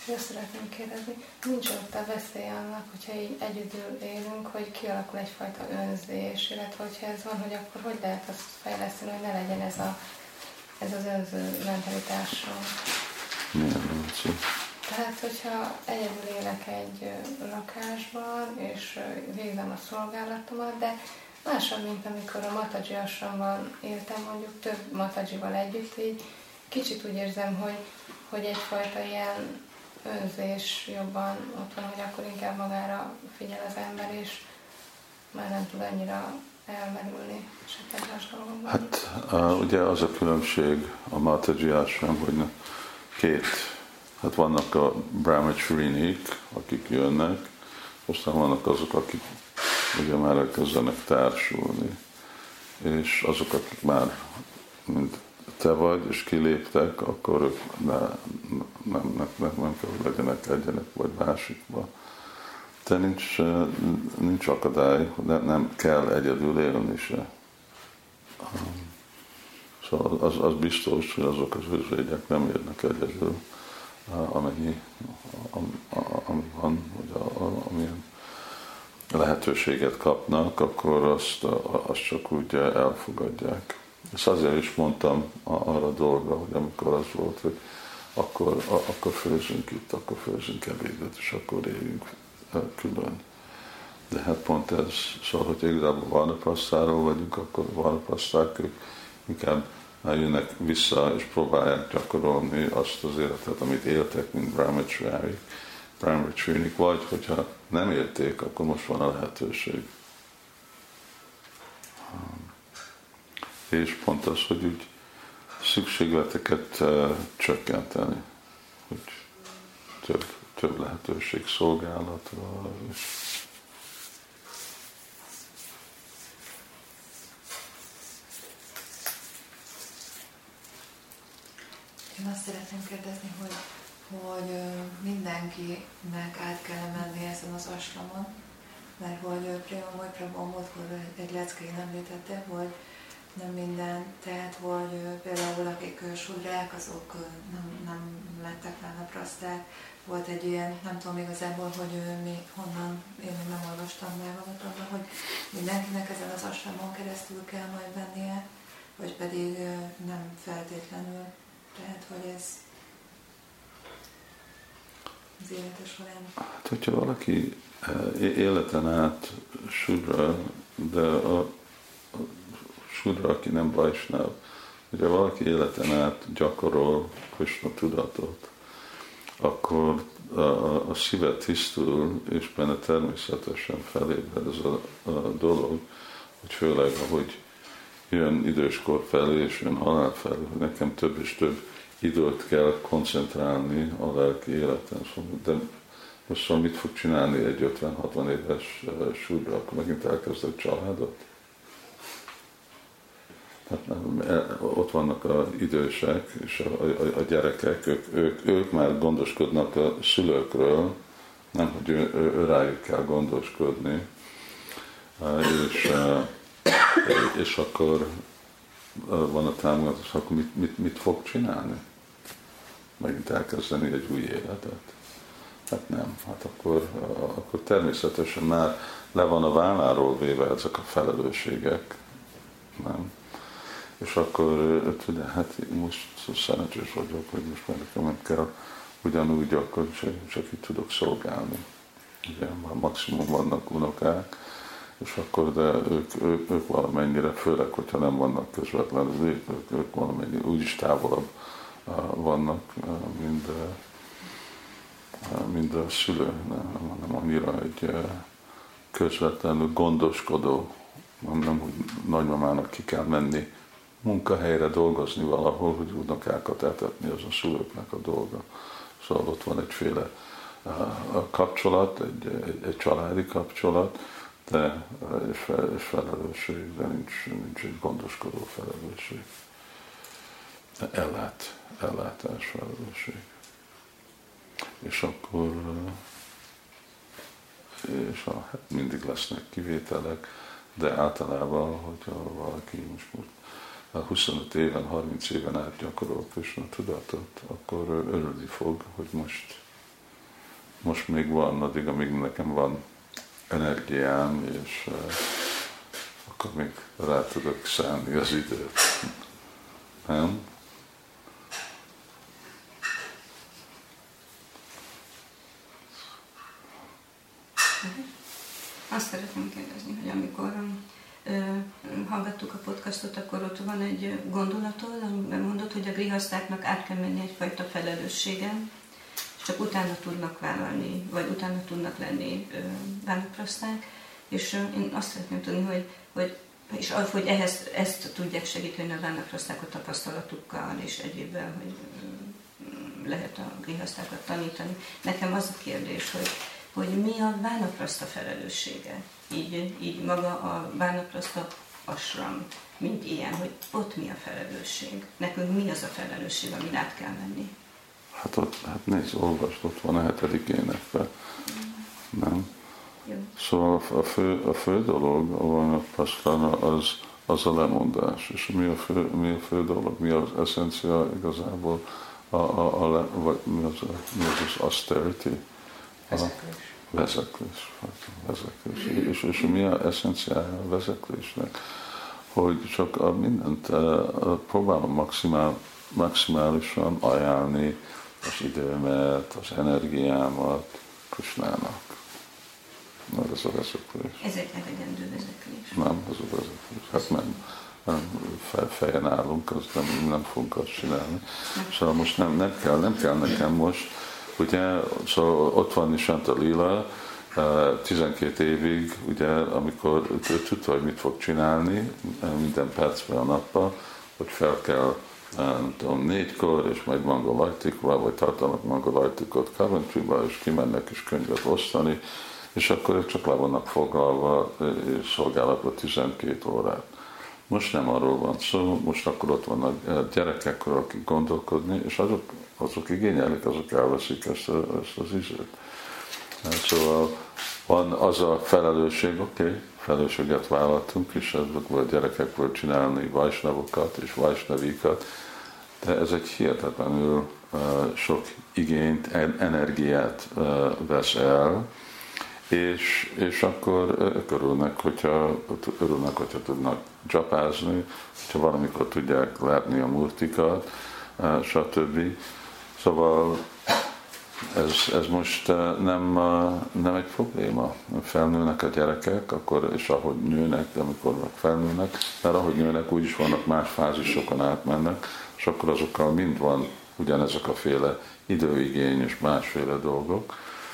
Azt szeretném kérdezni, nincs ott a veszély annak, hogyha így egyedül élünk, hogy kialakul egyfajta önzés, illetve hogyha ez van, hogy akkor hogy lehet azt fejleszteni, hogy ne legyen ez az önző mentalitásom. Milyen önző? Tehát, hogyha egyedül élek egy lakásban, és végzem a szolgálatomat, de másabb, mint amikor a Mataji ashramban éltem, mondjuk több Matajival együtt, így kicsit úgy érzem, hogy egyfajta ilyen önzés jobban ott van, hogy akkor inkább magára figyel az ember, és már nem tud annyira elmerülni esetleg más dolgokban. Hát ugye az a különbség a Mataji ashram, hogy hát vannak a brahmacharinik, akik jönnek, aztán vannak azok, akik ugye már elkezdenek társulni, és azok, akik már mint te vagy, és kiléptek, akkor ők nem kell, hogy legyenek vagy másikba. De nincs akadály, nem kell egyedül élni se. Szóval az biztos, hogy azok az özvegyek nem érnek egyedül, ami van, hogy amilyen lehetőséget kapnak, akkor azt csak úgy elfogadják. És azért is mondtam arra dolga, hogy amikor az volt, hogy akkor főzünk itt, akkor főzünk ebédet, és akkor éljünk külön. De hát pont ez, szóval, hogy igazából Varnapasztáról vagyunk, akkor Varnapaszták, ők inkább jönnek vissza, és próbálják gyakorolni azt az életet, amit éltek, mint brahmacharinik, vagy hogyha nem élték, akkor most van a lehetőség. És pont az, hogy úgy szükségleteket csökkenteni, hogy több lehetőség szolgálatra. Én azt szeretném kérdezni, hogy mindenkinek át kell menni ezen az ashramon, mert hogy Préma Prabhu múltkor egy leckén említette, hogy nem minden, tehát hogy például akik sudrák, azok nem lettek vánapraszták. Volt egy ilyen, nem tudom igazából, hogy honnan, én nem olvastam meg magamban, hogy mindenkinek ezen az ashramon keresztül kell majd mennie, vagy pedig nem feltétlenül. Tehát, hogy ez az élete során. Hát, hogyha valaki életen át sudra, de a sudra, aki nem Vaisnav, hogyha valaki életen át gyakorol Krishna tudatot, akkor a szíve tisztul, és benne természetesen felébred ez a dolog, hogy főleg, ahogy jön időskor felé, és jön halál felé, hogy nekem több és több időt kell koncentrálni a lelki életen. De most szóval mit fog csinálni egy 50-60 éves súdra, akkor megint elkezd a családot? Hát, ott vannak az idősek és a gyerekek, ők már gondoskodnak a szülőkről, nem, hogy ő rájuk kell gondoskodni, és akkor van a támogatás, akkor mit fog csinálni? Megint elkezdeni egy új életet? Hát nem. Hát akkor természetesen már le van a válláról véve ezek a felelősségek. Nem? És akkor tudja, hát most szerencsés vagyok, hogy most már nekem nem kell ugyanúgy, akkor csak így tudok szolgálni. Ugye már maximum vannak unokák, és akkor de ők valamennyire, főleg, hogyha nem vannak közvetlenül, ők valamennyire úgyis távolabb vannak, mind a szülő, nem annyira egy közvetlenül gondoskodó, nem hogy nagymamának ki kell menni munkahelyre dolgozni valahol, hogy unokákat etetni, az a szülőknek a dolga. Szóval ott van egyféle kapcsolat, egy családi kapcsolat, és felelősség, de nincs egy gondoskodó felelősség. Ellátás felelősség. És akkor hát mindig lesznek kivételek, de általában, hogyha valaki most 25 éven, 30 éven át gyakorol Krishna tudatot, akkor örülni fog, hogy most most még van, addig, amíg nekem van energiám, és akkor még rá tudok szállni az időt. Nem? Azt szeretném kérdezni, hogy amikor hallgattuk a podcastot, akkor ott van egy gondolatod, amiben mondod, hogy a grihasztáknak át kell menni egyfajta felelősségen, és csak utána tudnak vállalni, vagy utána tudnak lenni vánapraszták. És én azt szeretném tudni, hogy ezt tudják segíteni a vánapraszták a tapasztalatukkal és egyébben, hogy lehet a grihasztákat tanítani. Nekem az a kérdés, hogy mi a vánapraszta felelőssége? Így maga a vánapraszta ashram, mint ilyen, hogy ott mi a felelősség? Nekünk mi az a felelősség, amin át kell menni? Hát nézd, olvasd, ott van a 7. énekben. Nem? Jó. Szóval a fő dolog a vánaprasztána az a lemondás. És mi a fő dolog? Mi az essencia igazából? Mi az austerity? Vezeklés. És mi a essenciája a vezeklésnek? Hogy csak mindent próbálom maximálisan ajánlni az időmet, az energiámat Krisnának. Mert ez a vezeklés. Ez egy elegendő vezeklés. Nem, ez a vezeklés. Hát nem fejen állunk, azt nem fogunk azt csinálni. Szóval most nem kell nekem most. Ugye, szóval ott van Nishanta Lila, 12 évig, ugye, amikor ő tudta, hogy mit fog csinálni minden percben a napban, hogy fel kell, nem tudom, 4-kor, és majd Mangalajtikba, vagy tartanak Mangalajtikot Coventryba, és kimennek is könyvet osztani, és akkor ők csak le vannak foglalva, és szolgálatban 12 órát. Most nem arról van szó, most akkor ott vannak gyerekek, akik gondolkodni, és azok igényelik, azok elveszik ezt az időt. Szóval van az a felelősség, felelősséget vállaltunk, és ezekből a gyerekekből csinálni vajsnavokat és vajsnavikat, de ez egy hihetetlenül sok igényt, energiát vesz el, és akkor örülnek, hogyha tudnak dzsapázni, hogyha valamikor tudják látni a murtikat, stb. Szóval ez most nem egy probléma. Felnőnek a gyerekek, akkor, és ahogy nőnek, de amikor meg felnőnek, mert ahogy nőnek, úgyis vannak más fázisokon átmennek, és akkor azokkal mind van ugyanezek a féle időigény és másféle dolgok.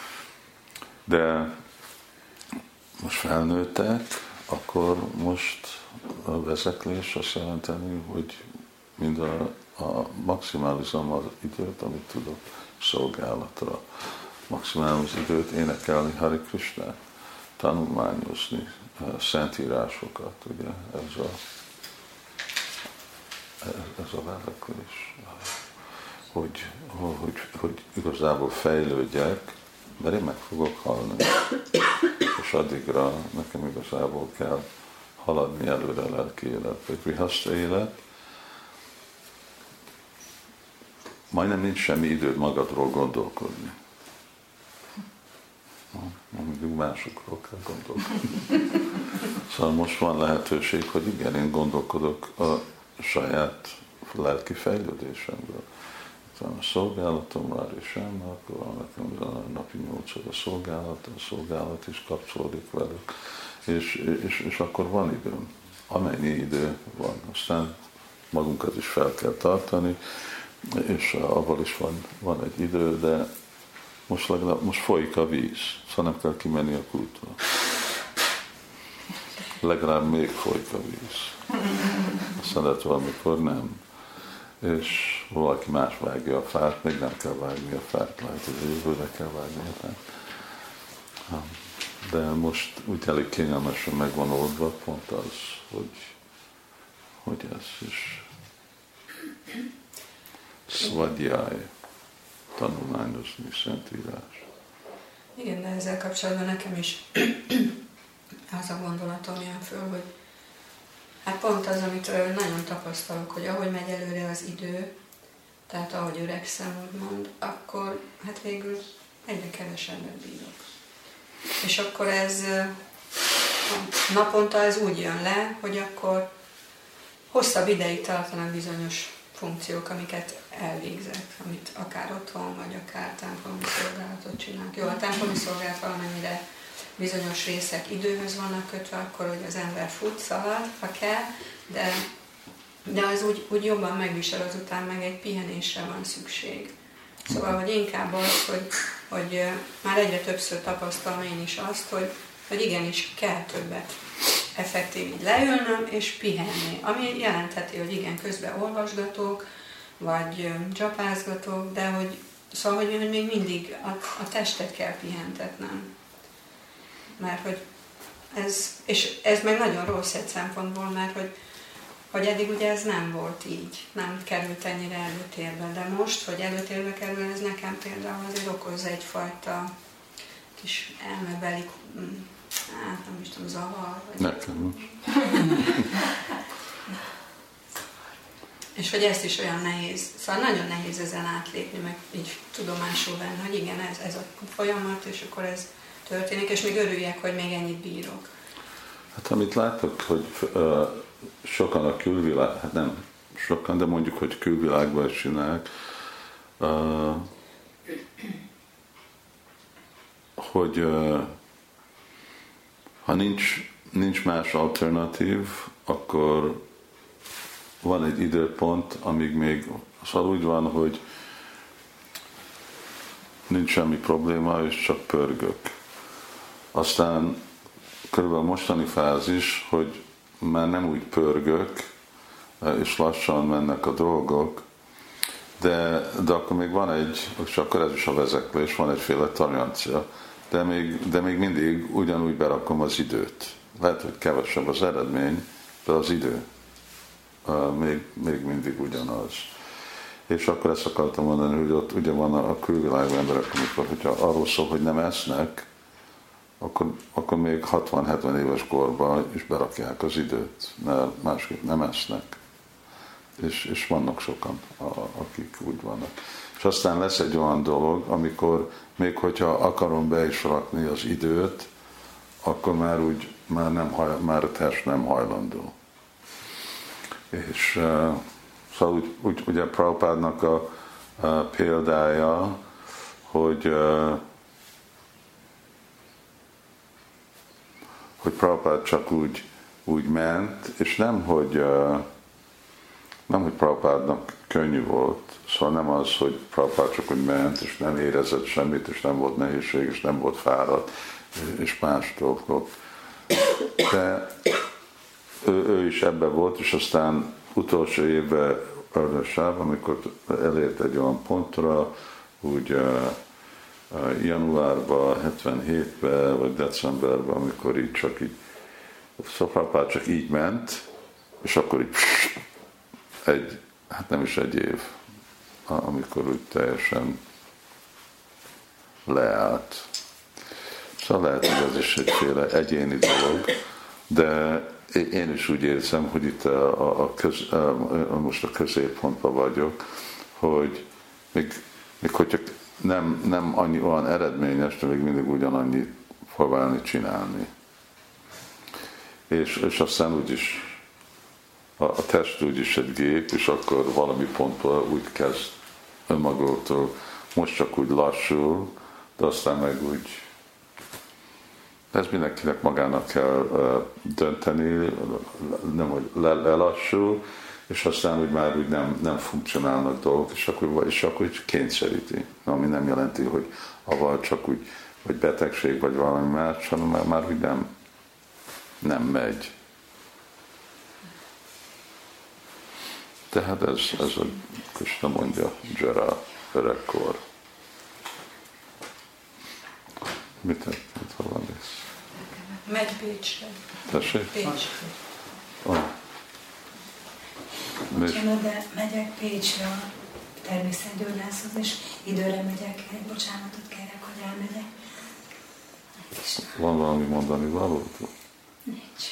De most felnőttek, akkor most a vezeklés azt jelenteni, hogy mind a maximalizom az időt, amit tudok szolgálatra. Maximálom az időt énekelni Hare Krishnát, tanulmányozni szentírásokat, ugye ez a vezeklés. Hogy igazából fejlődjek, mert én meg fogok halni. És addigra nekem igazából kell haladni előre a lelki életbe. Grihaszta élet, majdnem nincs semmi időd magadról gondolkodni. Mindig másokról kell gondolkodni. Szóval most van lehetőség, hogy igen, én gondolkodok a saját lelki fejlődésemről. A szolgálatom már is akkor van nekem a napi 8 óra a szolgálat is kapcsolódik velük, és akkor van időm, amennyi idő van. Aztán magunkat is fel kell tartani, és abban is van egy idő, de most folyik a víz, szóval nem kell kimenni a kútra. Legalább még folyik a víz. Aztán lehet valamikor nem. És valaki más vágja a fát, még nem kell vágni a fát, lehet, hogy a jövőre kell vágni a fát. De most úgy elég kényelmesen meg van oldva, pont az, hogy ez is szvadjáj, tanulmányozni, szentírás. Igen, de ezzel kapcsolatban nekem is az a gondolatom jön föl, hogy hát pont az, amit nagyon tapasztalok, hogy ahogy megy előre az idő, tehát ahogy öregszem, úgymond, akkor hát végül egyre kevesebbet bírok. És akkor ez naponta ez úgy jön le, hogy akkor hosszabb ideig tartanak bizonyos funkciók, amiket elvégzek, amit akár otthon, vagy akár templomi szolgálatot csinálok. Jó, a templomi szolgálat valamennyire bizonyos részek időhöz vannak kötve, akkor, hogy az ember fut, szalad, ha kell, de az úgy jobban megvisel, azután meg egy pihenésre van szükség. Szóval, hogy inkább az, hogy már egyre többször tapasztalom én is azt, hogy igenis kell többet effektív így leülnöm és pihenni. Ami jelentheti, hogy igen, közben olvasgatok, vagy csapázgatok, de szóval, hogy még mindig a testet kell pihentetnem. Mert hogy ez meg nagyon rossz egy szempontból, mert hogy eddig ugye ez nem volt így, nem került ennyire előtérbe, de most, hogy előtérbe kerül, ez nekem például azért okoz egyfajta kis elmebeli, nem is tudom, zavar. Nekem. És hogy ezt is olyan nehéz, szóval nagyon nehéz ezen átlépni, meg így tudomásul venni, hogy igen, ez a folyamat, és akkor ez történik, és még örüljek, hogy még ennyit bírok. Hát amit látok, hogy sokan a külvilág, hát nem sokan, de mondjuk, hogy külvilágban is csinálják, hogy ha nincs más alternatív, akkor van egy időpont, amíg még szóval úgy van, hogy nincs semmi probléma, és csak pörgök. Aztán körülbelül a mostani fázis, hogy már nem úgy pörgök, és lassan mennek a dolgok, de akkor még van és akkor ez is a vezeklés, van egyféle tolerancia, de még mindig ugyanúgy berakom az időt. Lehet, hogy kevesebb az eredmény, de az idő még mindig ugyanaz. És akkor ezt akartam mondani, hogy ott ugye van a külvilágban emberek, amikor hogyha arról szól, hogy nem esznek, akkor még 60-70 éves korban is berakják az időt, mert másképp nem esznek. És vannak sokan, akik úgy vannak. És aztán lesz egy olyan dolog, amikor még hogyha akarom be is rakni az időt, akkor már a test nem hajlandó. És szóval úgy ugye Prabhupádnak a példája, hogy Prabhupád csak úgy ment, és nem, hogy Prabhupádnak könnyű volt, szóval nem az, hogy Prabhupád csak úgy ment, és nem érezett semmit, és nem volt nehézség, és nem volt fáradt, és más dolgok. De ő is ebbe volt, és aztán utolsó évben Ardhasáv, amikor elért egy olyan pontra, úgy januárban, 77-ben, vagy decemberben, amikor így csak így, Prabhupád csak így ment, és akkor így hát nem is egy év, amikor úgy teljesen leállt. Szóval lehet, hogy ez is egyféle egyéni dolog, de én is úgy érzem, hogy itt most a középpontban vagyok, hogy még hogyha nem annyi olyan eredményes, de még mindig ugyanannyit próbálni csinálni. És aztán úgyis a test úgyis egy gép, és akkor valami pontból úgy kezd önmagától, most csak úgy lassul, de aztán meg úgy, ez mindenkinek magának kell dönteni, nem, hogy lelassul, és aztán úgy már úgy nem funkcionálnak dolgok, és akkor úgy kényszeríti. Ami nem jelenti, hogy avval csak úgy, vagy betegség, vagy valami más, hanem már úgy nem megy. Tehát ez a Krishna mondja Jara öregkor. Mit hallanész? Megy Pécsre. Tessék? Pécs. Bocsánat, de megyek Pécsre a természetgyógyászhoz, és időre megyek, egy bocsánatot kérek, hogy elmegyek. Van valami mondani való? Nincs.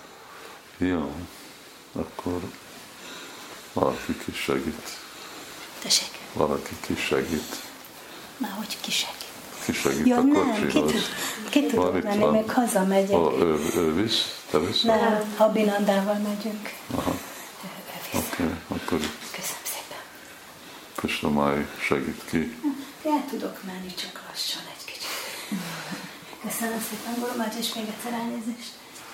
Jó, akkor valaki is segít. Tessék. Valaki kisegít. Már hogy kisegít? Kisegít Ja, a nem, kocsihoz. ki tudok menni, még hazamegyek. Ő visz? Te visz? Nem, Habinandával megyünk. Aha. Oké, akkor Köszönöm szépen. Krishnamai segít ki. El tudok menni, csak lassan egy kicsit. Köszönöm szépen, Guru Maharaj, és még egyszer elnézést.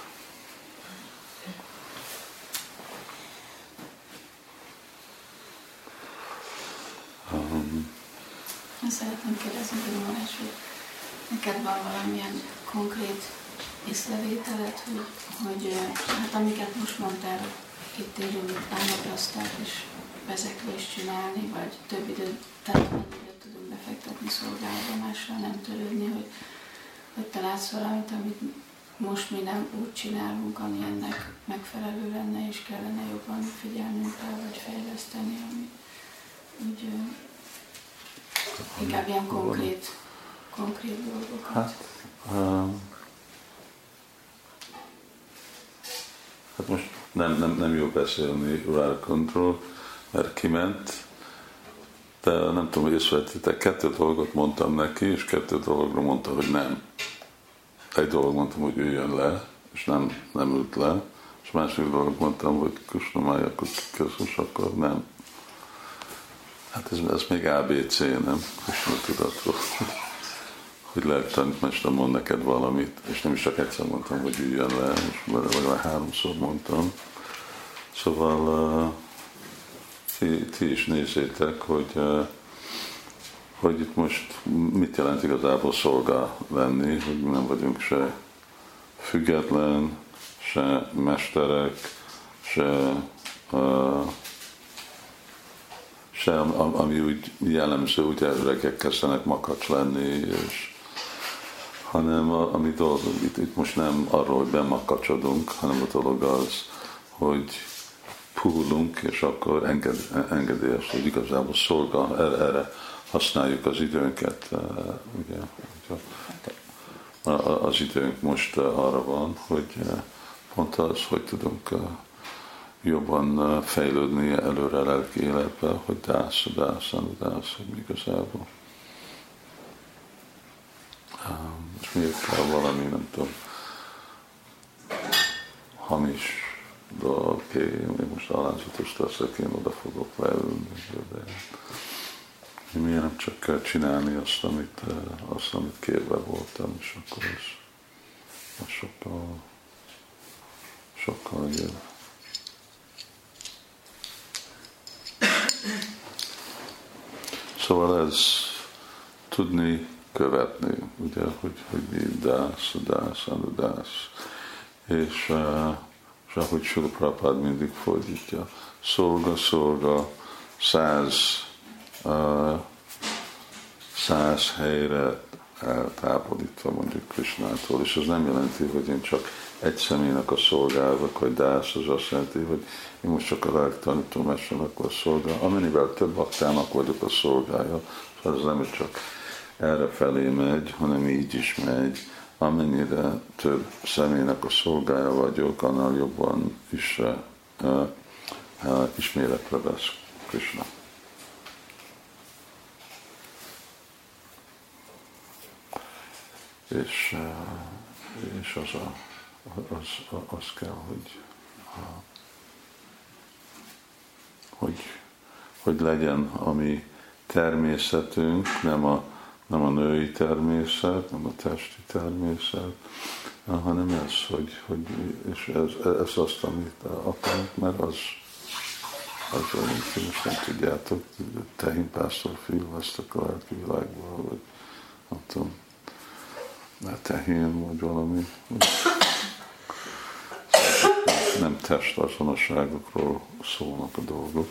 Szeretném kérdezni, Guru Maharaj, hogy neked van valamilyen konkrét észrevételed, hogy hát amiket most mondtál, itt élünk, itt álmodrasztát és vezeklést csinálni, vagy több időt, tehát mennyi időt tudunk befektetni szolgálatba, mással nem törődni, hogy te látsz valamit, amit most mi nem úgy csinálunk, ami ennek megfelelő lenne, és kellene jobban figyelnünk rá, vagy fejleszteni, ami úgy inkább ilyen konkrét dolgokat. Hát most nem jó beszélni Radhakundról, mert kiment, de nem tudom, hogy észrevettétek, 2 dolgot mondtam neki, és 2 dologra mondta, hogy nem. Egy dolog mondtam, hogy üljön le, és nem ült le, és másik dolgot mondtam, hogy Krishnamai, akkor közös, akkor nem. Hát ez még ABC, nem? Krishna tudatról. Hogy lehet tanítmester mond neked valamit, és nem is csak egyszer mondtam, hogy üljön le, és legalább 3-szor mondtam. Szóval ti is nézzétek, hogy itt most mit jelent igazából szolgá lenni, hogy nem vagyunk se független, se mesterek, se ami úgy jellemző, ugye öregek kezdenek makacs lenni, és hanem ami dolog, itt most nem arról, hogy bemakacsodunk, hanem a dolog az, hogy puhulunk, és akkor engedélyes, hogy igazából szolga, erre használjuk az időnket. Ugye, az időnk most arra van, hogy pont az, hogy tudunk jobban fejlődni előre a lelki életbe, hogy dász, hogy igazából. És miért kell valami, nem tudom, hamis dolog, én most alázatos leszek, én oda fogok leülni, de miért nem csak kell csinálni azt, amit kérve voltam, és akkor az sokkal jobb. Szóval ez tudni, követni, ugye, hogy mi dász, és ahogy Srila Prabhupád mindig fordítja, szolga, 100 helyre eltávolítva mondjuk Krishnától, és ez nem jelenti, hogy én csak egy személynek a szolgálok, vagy dász, az azt jelenti, hogy én most csak a lelki tanítómesternek a szolgál, amennyivel több baktának vagyok a szolgája, szóval ez nem csak erre felé megy, hanem így is megy. Amennyire több személynek a szolgája vagyok, annál jobban is isméretre vesz Krishna. És az kell, hogy legyen a mi természetünk, nem a női természet, nem a testi természet, hanem ez, és ez azt, amit akarunk, mert az olyan, hogy most nem tudjátok, tehénpásztor fiú vesztek a lelki világból, vagy nem tudom, tehén, vagy valami. Nem testazonosságokról szólnak a dolgok.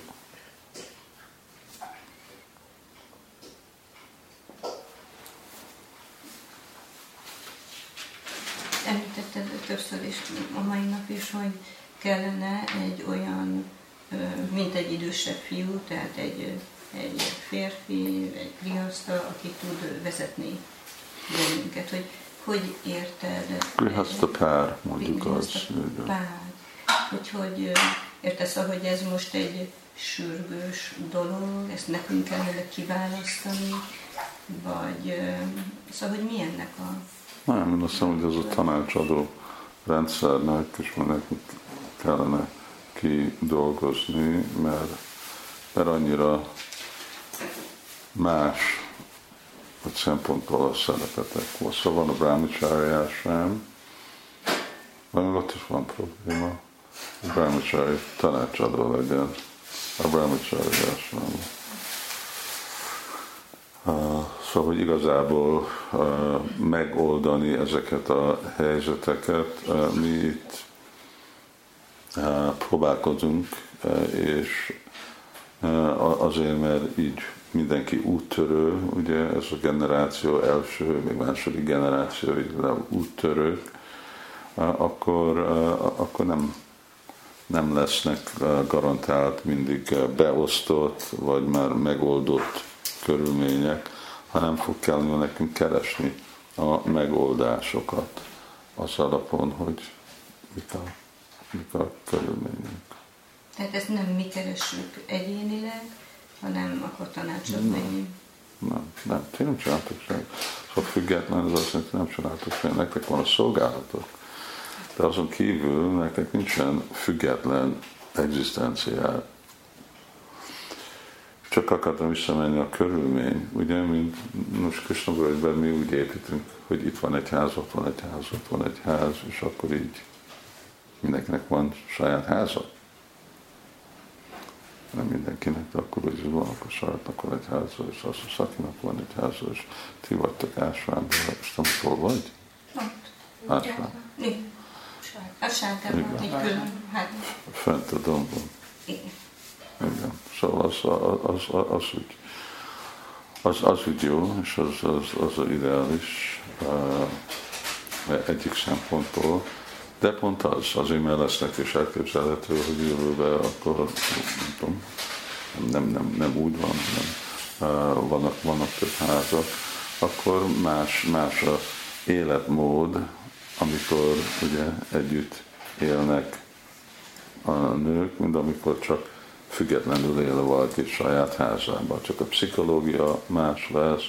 Említetted többször is a mai nap is, hogy kellene egy olyan, mint egy idősebb fiú, tehát egy férfi, egy grihaszta, aki tud vezetni bennünket, hogy érted? Grihaszta pár, mondjuk az. Pár. Hogy értesz, hogy ez most egy sürgős dolog, ezt nekünk kellene kiválasztani, vagy szóval, hogy mi ennek a... Nem, én azt hiszem, hogy ez a tanácsadó rendszernek, és nekünk kellene kidolgozni, mert annyira más szempontból a szerepetek. Szóval van a brahmacharya sem, vagy ott is van probléma. A brahmacharya tanácsadó legyen a brahmacharya sem. Szóval, hogy igazából megoldani ezeket a helyzeteket, mi itt próbálkozunk, és azért, mert így mindenki úttörő, ugye ez a generáció első, még második generáció, így úttörők, akkor nem lesznek garantált mindig beosztott, vagy már megoldott körülmények, hanem fog kellene nekünk keresni a megoldásokat az alapon, hogy mik a körülmények. Tehát ezt nem mi keressük egyénileg, hanem akkor tanácsot menjünk. Nem, ti nem csináltok semmit. Szóval független, az azt jelenti, nem csináltok semmit. Nektek van a szolgálatok. De azon kívül nektek nincsen független egzisztenciája. Csak akartam visszamenni a körülmény. Ugye, mint most Krisna-völgyben mi úgy építünk, hogy itt van egy ház, ott van egy ház, ott van egy ház, és akkor így mindenkinek van saját háza. Nem mindenkinek, de akkor úgy van, akkor sajátnak van egy háza, és az a Szakinak van egy háza, és ti vagytok Ásványban, és nem hol vagy? Ásványban. Ásványban egy külön. Fent a dombon. Igen. Szóval az úgy jó, és az ideális egyik szempontból, de pont azért, mert lesznek is elképzelhető, hogy jövőben akkor nem úgy van, vannak több házak, akkor más a életmód, amikor ugye együtt élnek a nők, mint amikor csak függetlenül él valaki saját házában. Csak a pszichológia más lesz,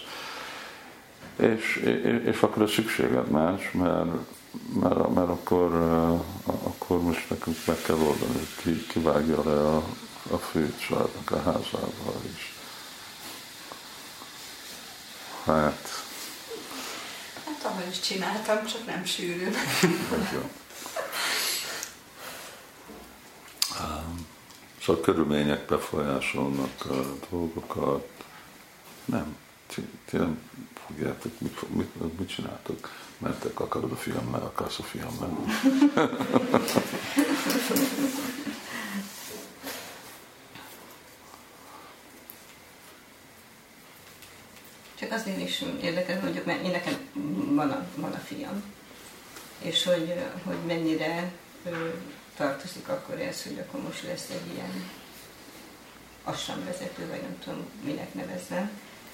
és akkor a szükséglet más, mert akkor most nekünk meg kell oldani, hogy kivágja le a főt sajátnak a házába is. Hát ahogy is csináltam, csak nem sűrűn. Szóval körülmények befolyásolnak a dolgokat. Nem, ti nem fogjátok, mit csináltok? Mentek, akarod a fiammel, akarsz a fiammel. Csak azért is érdekel, hogy nekem van a fiam, és hogy mennyire tartozik akkor ez, hogy akkor most lesz egy ilyen assamvezető, vagy nem tudom, minek nevezzem.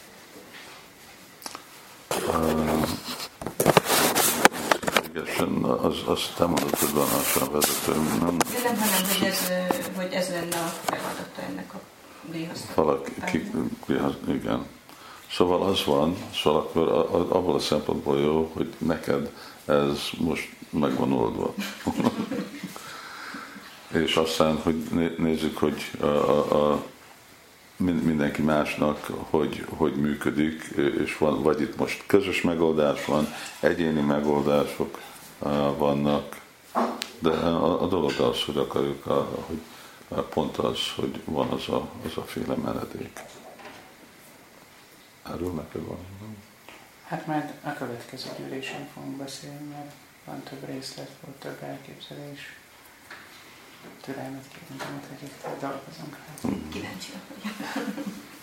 Igen, azt te mondod, hogy van assamvezető, nem? De nem, hanem, hogy ez lenne a feladata ennek a grihasznak. Valaki, igen. Szóval az van, szóval akkor abból a szempontból jó, hogy neked ez most meg van oldva. És aztán, hogy nézzük, hogy mindenki másnak hogy működik, és van, vagy itt most közös megoldás van, egyéni megoldások vannak, de a dolog az, hogy akarjuk, hogy pont az, hogy van az a féle menedék. Erről neked van? Hát majd a következő gyűlésen fogunk beszélni, mert van több részlet, volt több elképzelés. Türelmet kérünk, amit egyébként dolgozunk rá. Kíváncsi vagyok.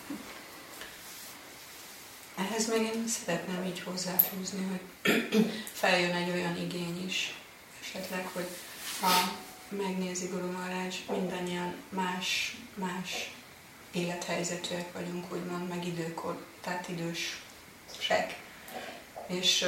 Ehhez még én szeretném így hozzáfűzni, hogy feljön egy olyan igény is esetleg, hogy ha megnézi Guru Maharaj, mindannyian más élethelyzetűek vagyunk, úgymond, meg időkor, tehát idősek. És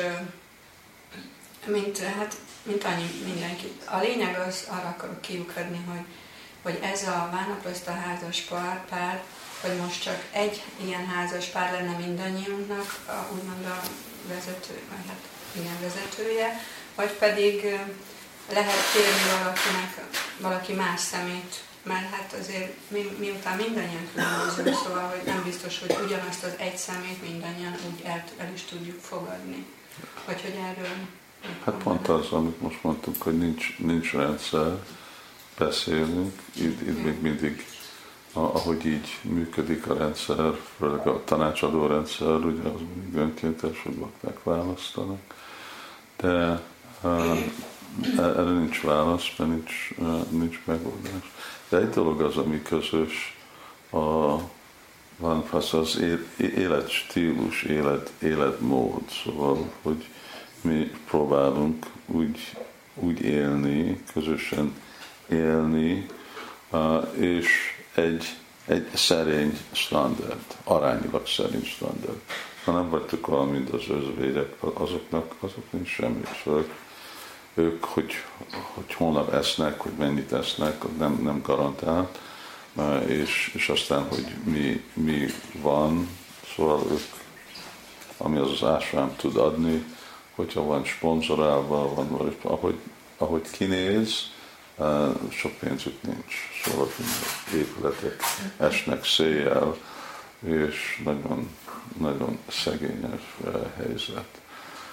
mint annyi mindenki. A lényeg az, arra akarok kiukadni, hogy hogy ez a vánapraszta házas pár, hogy most csak egy ilyen házas pár lenne mindannyiunknak, úgymond a vezető, vagy hát igen, vezetője, vagy pedig lehet kérni valaki más szemét, mert hát azért miután mindannyian különbözünk, szóval, hogy nem biztos, hogy ugyanazt az egy szemét mindannyian úgy el is tudjuk fogadni. Vagy hogy erről... Hát pont az, amit most mondtuk, hogy nincs rendszer, beszélünk, itt még mindig, ahogy így működik a rendszer, főleg a tanácsadó rendszer, ugye az mindig önkéntes, hogy bakták választanak, de erre nincs válasz, mert nincs megoldás. De egy dolog az, ami közös, van az életstílus, életmód, szóval, hogy mi próbálunk úgy élni, közösen élni, és egy szerény standard, arányilag szerény standard. Ha nem vagytok olyan, mint az özvegyek, azok nincs semmi. Szóval ők, hogy holnap esznek, hogy mennyit esznek, nem garantált, és aztán, hogy mi van, szóval ők, ami az ásvám tud adni, hogyha van szponzorálva, van ahogy kinéz, sok pénzük nincs. Szóval épületek esnek széjjel, és nagyon, nagyon szegényes helyzet.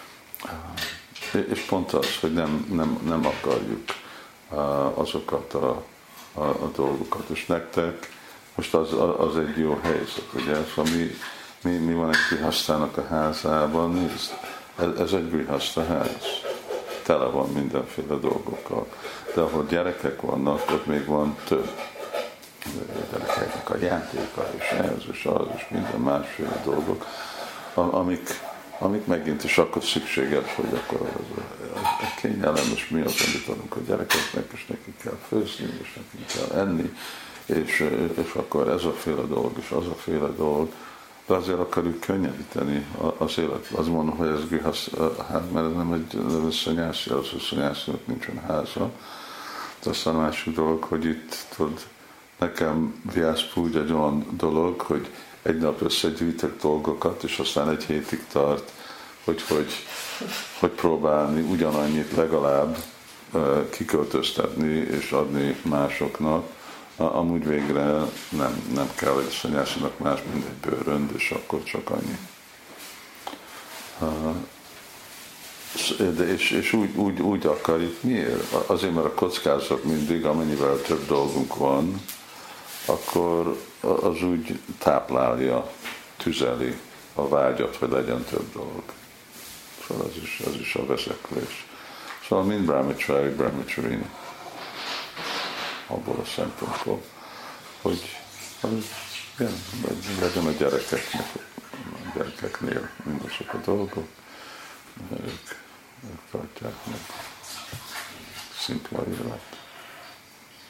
És pont az, hogy nem akarjuk azokat a dolgokat. És nektek most az egy jó helyzet, ugye? Szóval mi van egy grihasztának a házában, nézd, ez egy grihaszta ház. Tele van mindenféle dolgokkal. De ahol gyerekek vannak, ott még van több. A gyerekeknek a játéka, és ez, és az, és minden másféle dolgok, amik megint is akkor szükséges, hogy akkor a kényelem, és mi az, amit adunk a gyerekeknek, és nekik kell főzni, és nekik kell enni, és akkor ez a féle dolog, és az a féle dolog, de azért akarjuk könnyíteni az élet. Azt mondom, hogy ez grihasz, hát mert ez nem egy szanyászi, az a szanyászinak nincsen háza. De aztán a másik dolog, hogy itt tudod, nekem Vyászpúgy egy olyan dolog, hogy egy nap összegyűjtök dolgokat, és aztán egy hétig tart, hogy próbálni ugyanannyit legalább kiköltöztetni és adni másoknak. Amúgy végre nem kell egy szanyászinak más, mint egy bőrönd, és akkor csak annyi. És úgy akarjuk. Miért? Azért, mert a kockázat mindig, amennyivel több dolgunk van, akkor az úgy táplálja, tüzeli a vágyat, hogy legyen több dolog. Szóval ez is a veszeklés. Szóval mind brahmacsarini. Abból a szempontból, hogy legyen a gyerekeknél mindazok a dolgok, ők tartják meg szimpla élet.